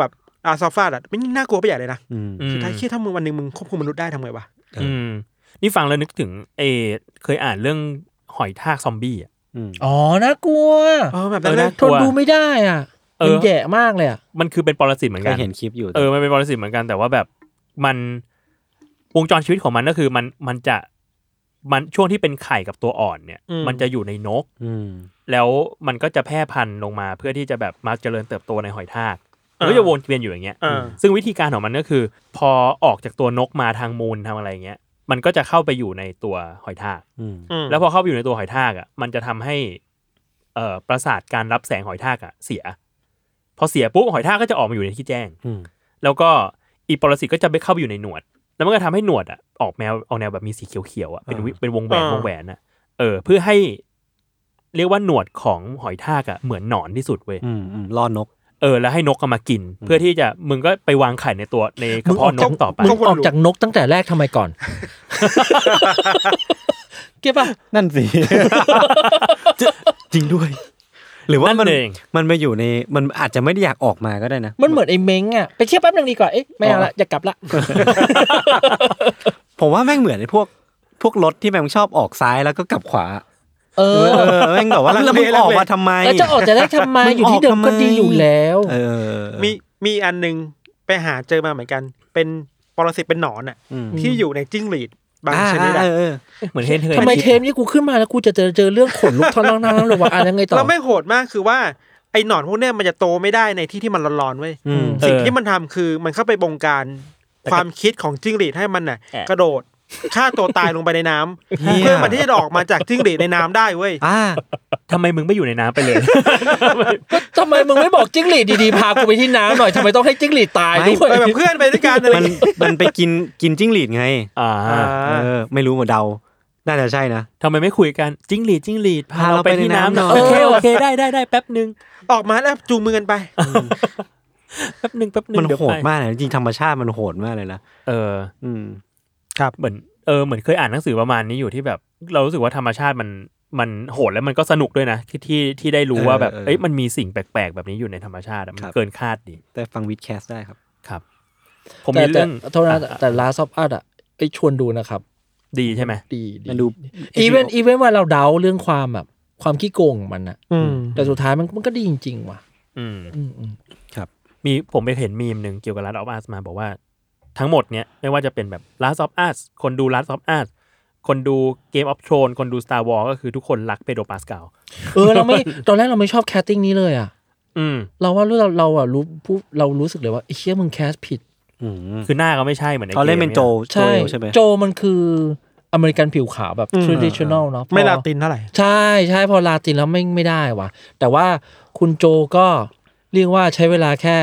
ซอฟาไม่น่ากลัวไปใหญ่เลยนะสุดท้ายถ้ามึงวันนึงมึงควบคุมมนุษย์ได้ทำไงวะนี่ฟังแล้วนึกถึงเคยอ่านเรื่องหอยทากซอมบี้อ่ะอ๋อน่ากลัวแบบนั้นทนดูไม่ได้อ่ะมันแย่มากเลยอ่ะมันคือเป็นปรสิตเหมือนกันเห็นคลิปอยู่มันเป็นปรสิตเหมือนกันแต่ว่าแบบมันวงจรชีวิตของมันก็คือมันช่วงที่เป็นไข่กับตัวอ่อนเนี่ยมันจะอยู่ในนกแล้วมันก็จะแพร่พันธุ์ลงมาเพื่อที่จะแบบมาเจริญเติบโตในหอยทากมันก็จะวนเวียนอยู่อย่างเงี้ยซึ่งวิธีการของมันก็คือพอออกจากตัวนกมาทางมูลทำอะไรเงี้ยมันก็จะเข้าไปอยู่ในตัวหอยทากแล้วพอเข้าไปอยู่ในตัวหอยทากอ่ะมันจะทำให้ประสาทการรับแสงหอยทากอ่ะเสียพอเสียปุ๊บหอยทากก็จะออกมาอยู่ในที่แจ้งแล้วก็อีปรสิตก็จะไปเข้าไปอยู่ในหนวดแล้วมันก็ทำให้หนวดอ่ะออกแนวแบบมีสีเขียวๆอ่ะเป็นวงแหวนอ่ะเพื่อให้เรียกว่าหนวดของหอยทากอ่ะเหมือนหนอนที่สุดเว้ยล่อนกแล้วให้นกมากินเพื่อที่จะมึงก็ไปวางไข่ในกระเพาะนกต่อไปมึงออกจากนกตั้งแต่แรกทำไมก่อนเก็บป่ะนั่นสิจริงด้วยหรือว่ามันไปอยู่ในมันอาจจะไม่ได้อยากออกมาก็ได้นะมันเหมือนไอ้เม้งอ่ะไปเที่ยวแป๊บนึงดีกว่าไม่เอาละจะกลับละผมว่าแม่งเหมือนไอ้พวกรถที่แม่งชอบออกซ้ายแล้วก็กลับขวาแม่งแบบว่าแล้วมึงออกมาทำไมแล้วจะออกจะได้ทำไมอยู่ที่เดิมก็ดีอยู่แล้วมีอันนึงไปหาเจอมาเหมือนกันเป็นปรสิตเป็นหนอนอ่ะที่อยู่ในจิ้งหรีดบางชนิดเหมือนเห็นทำไมเทมนี้กูขึ้นมาแล้วกูจะเจอเรื่องขนลุกท้องน้ำหรือว่าอะไรไงต่อเราไม่โหดมากคือว่าไอ้หนอนพวกเนี้ยมันจะโตไม่ได้ในที่มันร้อนๆเว้ยสิ่งที่มันทำคือมันเข้าไปบงการความคิดของจิ้งหรีดให้มันน่ะกระโดดฆ่าตัวตายลงไปในน้ำเพื่อมันที่จะออกมาจากจิ้งหรีดในน้ำได้เว้ยทำไมมึงไม่อยู่ในน้ำไปเลยทำไมมึงไม่บอกจิ้งหรีดดีๆพากูไปที่น้ำหน่อยทำไมต้องให้จิ้งหรีดตายด้วยไปแบบเพื่อนไปด้วยกันเลยมันไปกินจิ้งหรีดไงไม่รู้มาเดาน่าจะใช่นะทำไมไม่คุยกันจิ้งหรีดพาเราไปที่น้ำหน่อยโอเคได้แป๊บนึงออกมาแล้วจูงมือกันไปแป๊บนึงมันโหดมากเลยจริงธรรมชาติมันโหดมากเลยนะครับเหมือนเคยอ่านหนังสือประมาณนี้อยู่ที่แบบเรารู้สึกว่าธรรมชาติมันโหดแล้วมันก็สนุกด้วยนะที่ได้รู้ว่าแบบมันมีสิ่งแปลกๆแบบนี้อยู่ในธรรมชาติมันเกินคาดดีแต่ฟังวิดแคสได้ครับผมมีเรื่องโทษนะแต่ Last of Us ไปชวนดูนะครับดีใช่ไหมดีมันดูอีเวนต์ว่าเราเดาเรื่องความแบบความขี้โกงของมันนะแต่สุดท้ายมันก็ดีจริงๆว่ะครับผมไปเห็นมีมนึงเกี่ยวกับ Last of Us มาบอกว่าทั้งหมดเนี้ยไม่ว่าจะเป็นแบบ Last of Us คนดู Last of Us คนดู Game of Thrones คนดู Star Wars ก็คือทุกคนรักเปโดร ปาสกาลเราไม่ตอนแรกเราไม่ชอบแคสติ้งนี้เลยอ่ะเราว่าเรารู้สึกเลยว่าไอ้เหี้ยมึงแคสผิดคือหน้าก็ไม่ใช่เหมือนในเกมเขาเล่นเป็นโจใช่ไหมโจมันคืออเมริกันผิวขาวแบบ traditional เนาะไม่ลาตินเท่าไหร่ใช่พอลาตินแล้วไม่ได้ว่ะแต่ว่าคุณโจก็เรียกว่าใช้เวลาแค่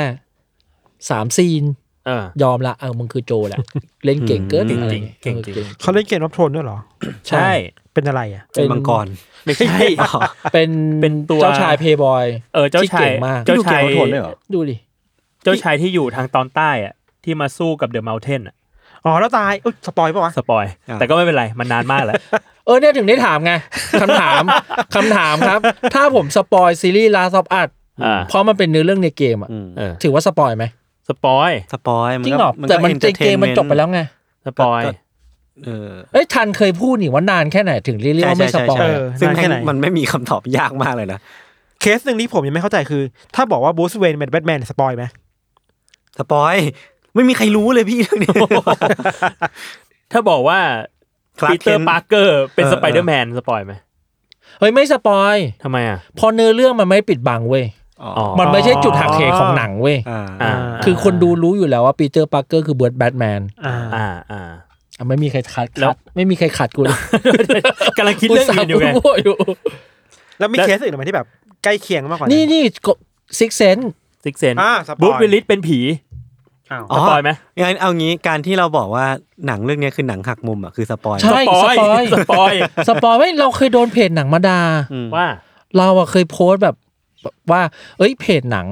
3ซีนยอมละมึงคือโจแหละเล่นเก่งเกินจริงเก่งเขาเล่นเกมรับโทนด้วยเหรอใช่เป็นอะไรอ่ะเป็นมังกรไม่ใช่เป็นตัวเจ้าชายเพย์บอยเจ้าชายเจ้าชายรับโทนด้วยเหรอดูดิเจ้าชายที่อยู่ทางตอนใต้อ่ะที่มาสู้กับเดอะเมลเทนอ่ะแล้วตายสปอยป่ะวะสปอยแต่ก็ไม่เป็นไรมันนานมากแล้วเนี่ยถึงได้ถามไงคำถามครับถ้าผมสปอยซีรีส์ Last of Us เพราะมันเป็นเนื้อเรื่องในเกมอ่ะถือว่าสปอยไหมสปอยจริงหรอแต่มันเกมมันจบไปแล้วไงสปอยทันเคยพูดนี่ว่านานแค่ไหนถึงเรียกว่าไม่สปอยซึ่งมันไม่มีคำตอบยากมากเลยนะเคสหนึ่งที่ผมยังไม่เข้าใจคือถ้าบอกว่าบูธเวย์เป็นแบทแมนสปอยไหมสปอยไม่มีใครรู้เลยพี่เรื่องนี้ถ้าบอกว่าปีเตอร์ ปาร์เกอร์เป็นสไปเดอร์แมนสปอยไหมเฮ้ยไม่สปอยทำไมอ่ะพอเนื้อเรื่องมันไม่ปิดบังเว้ยมันไม่ใช่จุดหักเหของหนังเว้ยคือคนดูรู้อยู่แล้วว่าปีเตอร์ ปาร์เกอร์คือแบทแมนไม่มีใครขัดไม่มีใครขัดกูเลยกำลังคิดเรื่องอื่นอยู่ไงแล้วมีเคสอื่นไหมที่แบบใกล้เคียงมากกว่านี่ซิกเซนบูธวิลลิสเป็นผีสปอยไหมงั้นเอางี้การที่เราบอกว่าหนังเรื่องนี้คือหนังหักมุมอ่ะคือสปอยใช่สปอยไม่เราเคยโดนเพจหนังมาด่าว่าเราเคยโพสต์แบบว่าเพจหนังอ่ะไ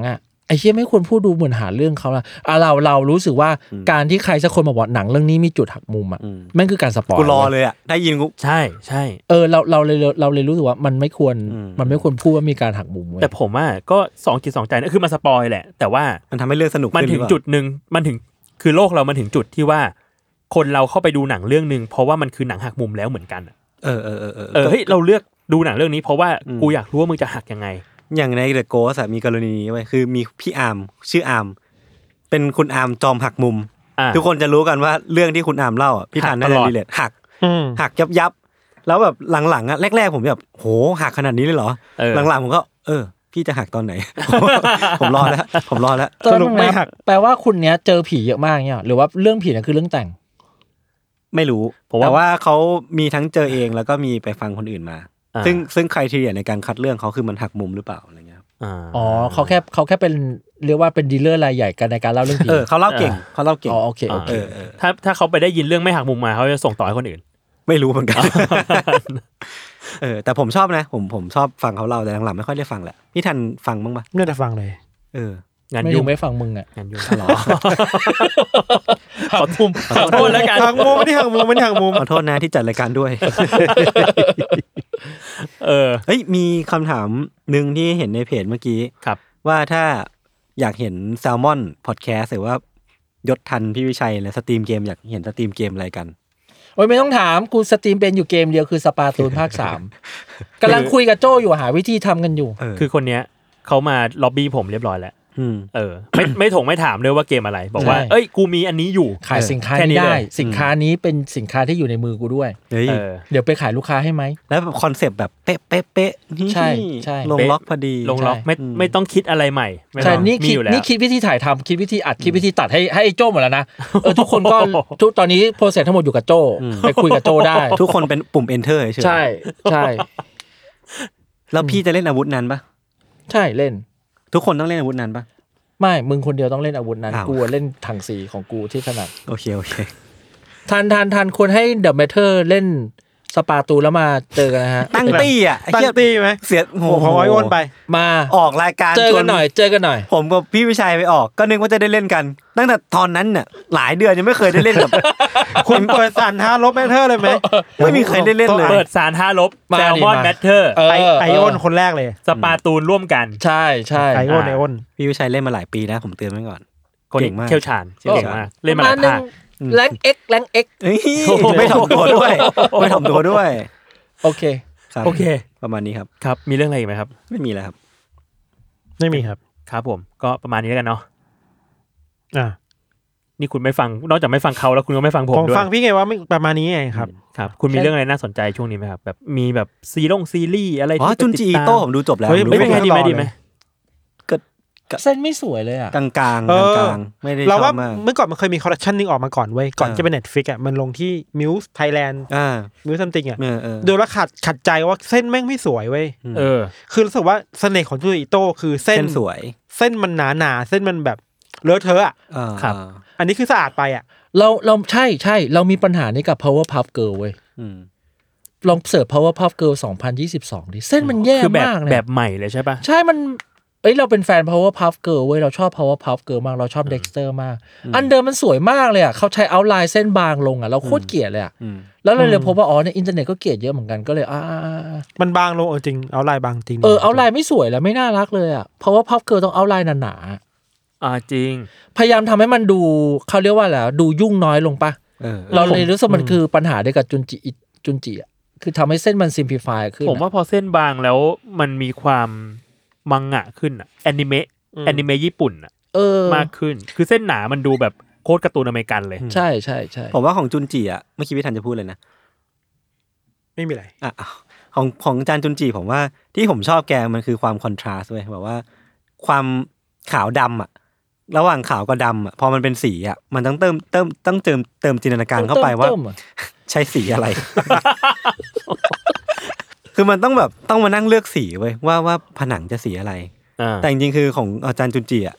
ไอ้เชี่ยไม่ควรพูดดูเหมือนหาเรื่องเขาละเรารู้สึกว่าการที่ใครสักคนมาบอกหนังเรื่องนี้มีจุดหักมุมอ่ะแม่งคือการสปอยล์กูรอเลยอ่ะได้ยินกูใช่เราเลยรู้สึกว่ามันไม่ควรพูดว่ามีการหักมุมแต่ผมว่าก็2 จิต 2 ใจนะคือมันสปอยแหละแต่ว่ามันทำให้เรื่องสนุกมันถึงจุดนึงมันถึงคือโลกเรามันถึงจุดที่ว่าคนเราเข้าไปดูหนังเรื่องนึงเพราะว่ามันคือหนังหักมุมแล้วเหมือนกันเฮ้ยเราเลือกดูหนังเรื่องนี้เพราะว่ากูอยากรู้ว่ามึงจะหักยังไงอย่างใน The Ghost มีกรณีนี้ไว้คือมีพี่อาร์มชื่ออาร์มเป็นคุณอาร์มจอมหักมุมทุกคนจะรู้กันว่าเรื่องที่คุณอาร์มเล่าพี่ทันน่าจะรีเลทหักยับแล้วแบบหลังๆอ่ะแรกๆผมแบบโหหักขนาดนี้เลยเหรอหลังๆผมก็พี่จะหักตอนไหน ผมรอแล้วสรุปไม่หักแปลว่าคุณเนี้ยเจอผีเยอะมากเนี่ยหรือว่าเรื่องผีนั่นคือเรื่องแต่งไม่รู้แต่ว่าเขามีทั้งเจอเองแล้วก็มีไปฟังคนอื่นมาซึ่งใครทีเดียในการคัดเรื่องเขาคือมันหักมุมหรือเปล่าอะไรเงี้ยอ๋อเขาแค่เป็นเรียกว่าเป็นดีลเลอร์รายใหญ่กันในการเล่าเรื่องผีเขาเล่าเก่งอ๋อโอเคถ้าเขาไปได้ยินเรื่องไม่หักมุมมาเขาจะส่งต่อให้คนอื่นไม่รู้เหมือนกันแต่ผมชอบนะผมชอบฟังเขาเล่าแต่หลังๆไม่ค่อยได้ฟังแหละพี่ทันฟังบ้างปะไม่ได้ฟังเลยงานยุ่งไม่ฟังมึงอ่ะงานยุ่งหรอขอโทษแล้วกันหักมุมไม่ได้หักมุมขอโทษนะที่จัดรายการด้วยเฮ้ยมีคำถามนึงที่เห็นในเพจเมื่อกี้ว่าถ้าอยากเห็นแซลมอนพอดแคสต์หรือว่ายศทันพี่วิชัยและสตรีมเกมอยากเห็นสตรีมเกมอะไรกันโอ้ยไม่ต้องถามกูสตรีมเป็นอยู่เกมเดียวคือสปาตูนภาค3กำลังคุยกับโจ้อยู่หาวิธีทำกันอยู่คือคนเนี้ยเขามาล็อบบี้ผมเรียบร้อยแล้วไม่ถามเลยว่าเกมอะไรบอกว่าเอ้ยกูมีอันนี้อยู่ขายสินค้านี้ได้สินค้านี้เป็นสินค้าที่อยู่ในมือกูด้วยเดี๋ยวไปขายลูกค้าให้ไหมแล้วแบบคอนเซปต์แบบเป๊ะใช่ลงล็อกพอดีลงล็อกไม่ต้องคิดอะไรใหม่ใช่นี่คิดวิธีถ่ายทำคิดวิธีอัดคิดวิธีตัดให้ไอ้โจ้หมดแล้วนะทุกคนก็ตอนนี้โปรเซสทั้งหมดอยู่กับโจ้ไปคุยกับโจ้ได้ทุกคนเป็นปุ่ม enter ใช่แล้วพี่จะเล่นอาวุธนั้นปะใช่เล่นทุกคนต้องเล่นอาวุธนั้นปะไม่มึงคนเดียวต้องเล่นอาวุธนั้นกูเล่นถังสีของกูที่ถนัดโอเคทันควรให้เดอะแมทเทอร์เล่นสปาตูแล้วมาเจอกันนะฮะตั้งตี้อ่ะตั้งตี้ไหมเสียโหของอ้วนไปมาออกรายการเจอกันหน่อยผมกับพี่วิชัยไปออกก็นึกว่าจะได้เล่นกันตั้งแต่ตอนนั้นน่ะหลายเดือนยังไม่เคยได้เล่นกับคุณเปิดสารท้าลบแมทเทอร์เลยไหมไม่มีใครได้เล่นเลยเปิดสารท้าลบแซลมอนแมทเทอร์ไอออนคนแรกเลยสปาตูนร่วมกันใช่ไอออนพี่วิชัยเล่นมาหลายปีแล้วผมเตือนไว้ก่อนเก่งมากเชี่ยวชาญเก่งมากเล่นมาหลายภาคแรงเอ็กไม่ถ่อมตัวด้วยโอเคประมาณนี้ครับครับมีเรื่องอะไรอีกไหมครับไม่มีแล้วครับไม่มีครับครับผมก็ประมาณนี้แล้วกันเนาะนี่คุณไม่ฟังนอกจากไม่ฟังเขาแล้วคุณก็ไม่ฟังผมด้วยผมฟังพี่ไงว่าไม่ประมาณนี้ไงครับครับคุณมีเรื่องอะไรน่าสนใจช่วงนี้ไหมครับแบบมีแบบซีรีส์อะไรที่จุนจีอิโต้ผมดูจบแล้วไม่เป็นไงดีไหมเส้นไม่สวยเลยอ่ะกลางไม่ได้ชอบมากเราว่าเมื่อก่อนมันเคยมีคอลเลคชันนึงออกมาก่อนเว้ยก่อนจะเป็น Netflix อ่ะมันลงที่ Muse Thailand Muse something อ่ะดูแล้วขัดใจว่าเส้นแม่งไม่สวยเว้ยคือรู้สึกว่าเสน่ห์ของจูอิโต้คือเส้นสวยเส้นมันหนาเส้นมันแบบเลอะเทอะอ่ะครับอันนี้คือสะอาดไปอ่ะเราใช่เรามีปัญหานี้กับ Powerpuff Girl เว้ยลองเสิร์ช Powerpuff Girl 2022ดิเส้นมันแย่มากเลยแบบใหม่เลยใช่ป่ะใช่มันเราเป็นแฟน Powerpuff Girl เว้ยเราชอบ Powerpuff Girl มากเราชอบ Dexter มากอันเดิมมันสวยมากเลยอ่ะเขาใช้เอาท์ไลน์เส้นบางลงอ่ะเราโคตรเกลียดเลยอ่ะแล้วเราเลยพบว่าในอินเทอร์เน็ตก็เกลียดเยอะเหมือนกันก็เลยมันบางลงจริงเอาท์ไลน์บางจริงเอาท์ไลน์ไม่สวยแล้วไม่น่ารักเลยอ่ะ Powerpuff Girl ต้องเอาท์ไลน์หนาจริงพยายามทำให้มันดูเขาเรียกว่าอะไรดูยุ่งน้อยลงป่ะเราเลยรู้สึกมันคือปัญหาด้วยกับจุนจิอ่ะคือทำให้เส้นมันซิมพลิฟายขึ้นผมว่าพอเส้นบางแล้วมันมีความมังงะขึ้นอ่ะแอนิเมะญี่ปุ่นอ่ะมากขึ้นคือเส้นหนามันดูแบบโคตรการ์ตูนอเมริกันเลยใช่ผมว่าของจุนจิอ่ะเมื่อกี้พี่ทันจะพูดเลยนะไม่มีอะไรของจานจุนจิผมว่าที่ผมชอบแกมันคือความคอนทราสต์เว้ยแบบว่าความขาวดำอ่ะระหว่างขาวกับดำอ่ะพอมันเป็นสีอ่ะมันต้องเติมจินตนาการเข้าไปว่าใช้สีอะไร คือมันต้องแบบต้องมานั่งเลือกสีเว้ยว่าผนังจะสีอะไรแต่จริงๆคือของอาจารย์จุนจิอ่ะ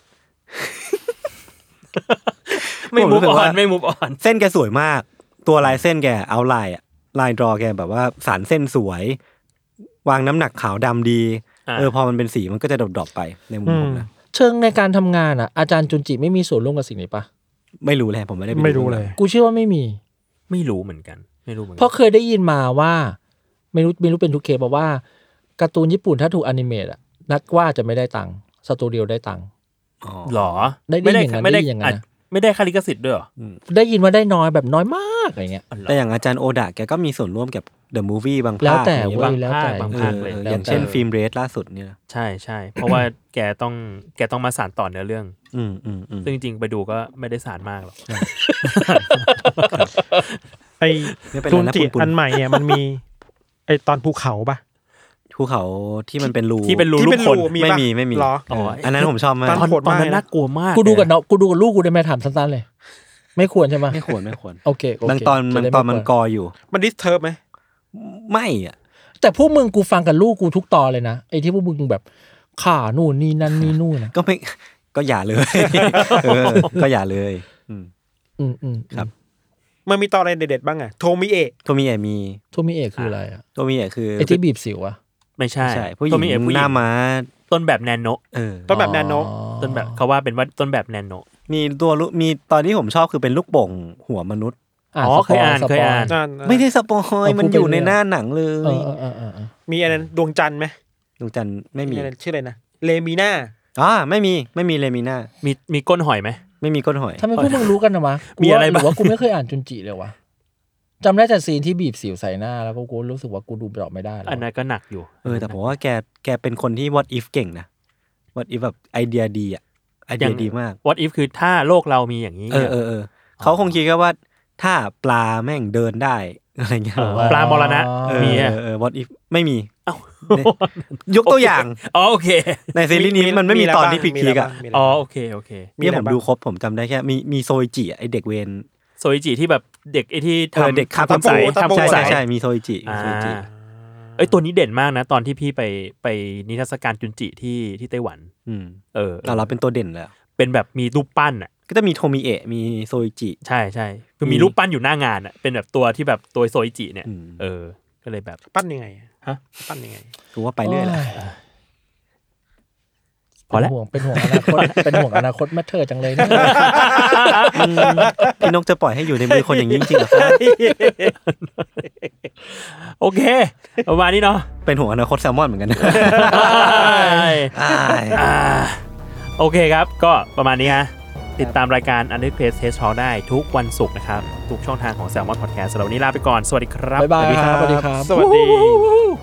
ไม่มูฟออนเส้นแกสวยมากตัวลายเส้นแกเอาลายดรอแกแบบว่าสารเส้นสวยวางน้ำหนักขาวดำดีพอมันเป็นสีมันก็จะดรอปไปในมุมผมนะเชิงในการทำงานอ่ะอาจารย์จุนจิไม่มีส่วนร่วมกับสิ่งนี้ปะไม่รู้เลยผมไม่ได้ไม่รู้เลยกูเชื่อว่าไม่มีไม่รู้เหมือนกันเพราะเคยได้ยินมาว่าไม่รู้เป็นทุกเคสบอกว่าการ์ตูนญี่ปุ่นถ้าถูกอนิเมตอ่ะนักว่าจะไม่ได้ตังค์สตูดิโอได้ตังค์หรอไม่ได้อย่างนั้นไม่ได้ค่าลิขสิทธิ์ด้วยหรอได้ยินว่าได้น้อยแบบน้อยมากอะไรเงี้ยแต่อย่างอาจารย์โอดะแกก็มีส่วนร่วมกับเดอะมูฟวี่บางภาคแล้วแต่บางภาคเลยอย่างเช่นฟิล์มเรสล่าสุดเนี่ยใช่เพราะว่าแกต้องมาสานต่อเนื้อเรื่องซึ่งจริงๆไปดูก็ไม่ได้สานมากหรอกไอ้จุนจิอันใหม่เนี่ยมันมีไอ้ตอนภูเขาปะภูเขาที่มันเป็นรูลูกคนไม่มีอันนั้นผมชอบมากตอนนั้นน่ากลัวมากกูดูกับลูกกูได้ไหมถามสั้นๆเลยไม่ควรใช่ไหมไม่ควรโอเคบางตอนมันกออยู่มันดิสเทิร์บไหมไม่อ่ะแต่พวกมึงกูฟังกับลูกกูทุกตอนเลยนะไอ้ที่พวกมึงแบบข่านู่นนี่นั่นนี่นู่นนะก็อย่าเลยก็อย่าเลยครับมันมีตอนอะไรเด็ดๆบ้างอ่ะโทมิเอะมีโทมิเอะคืออะไรอ่ะโทมิเอะคือไอ้ที่บีบสิวอ่ะไม่ใช่ผู้หญิงหน้าม้าต้นแบบแนนโนต้นแบบแนนโนต้นแบบเขาว่าเป็นว่าต้นแบบแนนโนมีตอนที่ผมชอบคือเป็นลูกโป่งหัวมนุษย์เคยอ่านไม่ได้สปอยมันอยู่ในหน้าหนังเลยมีอันนั้นดวงจันทร์ไหมดวงจันทร์ไม่มีชื่ออะไรนะเลมีน่าไม่มีเลมีน่ามีก้นหอยไหมไม่มีก้นหอยทำไมพวกมึงรู้กันนะวะมีอะไรบ้างว่ากูไม่เคยอ่านจุนจิเลยวะจำได้แต่ซีนที่บีบสิวใส่หน้าแล้วกูรู้สึกว่ากูดูออกไม่ได้อันนั้นก็หนักอยู่แต่ผมว่าแกเป็นคนที่ what if เก่งนะ what if แบบไอเดียดีอ่ะไอเดียดีมาก what if คือถ้าโลกเรามีอย่างนี้เขาคงคิดว่าถ้าปลาแม่งเดินได้อะไรเงี้ยปลามรณะมี what if ไม่มียกตัวอย่างโอเคในซีรีส์นี้มันไม่มีตอนที่พีคๆอ่ะโอเคนี่ผมดูครบผมจำได้แค่มีโซอิจิไอเด็กเวรโซอิจิที่แบบเด็กไอ้ที่ทำเด็กทำใช่มีโซอิจิตัวนี้เด่นมากนะตอนที่พี่ไปนิทรรศการจุนจิที่ไต้หวันเราเป็นตัวเด่นแล้วเป็นแบบมีรูปปั้นอ่ะก็จะมีโทมิเอะมีโซอิจิใช่คือมีรูปปั้นอยู่หน้างานอ่ะเป็นแบบตัวที่แบบตัวโซอิจิเนี่ยก็เลยแบบปั้นยังไงฮะปั้นยังไงกูว่าไปเรื่อยแหละพอแล้วเป็นห่วงอนาคตแม่เธอจังเลยนะพี่นกจะปล่อยให้อยู่ในมือคนอย่างนี้จริงๆเหรอครับโอเคประมาณนี้เนาะเป็นห่วงอนาคตแซลมอนเหมือนกันโอเคครับก็ประมาณนี้ฮะติดตามรายการ Underpace Test Talk ได้ทุกวันศุกร์นะครับทุกช่องทางของ Salmon Podcast สำหรับวันนี้ลาไปก่อนสวัสดีครับบ๊ายบายสวัสดีครับสวัสดี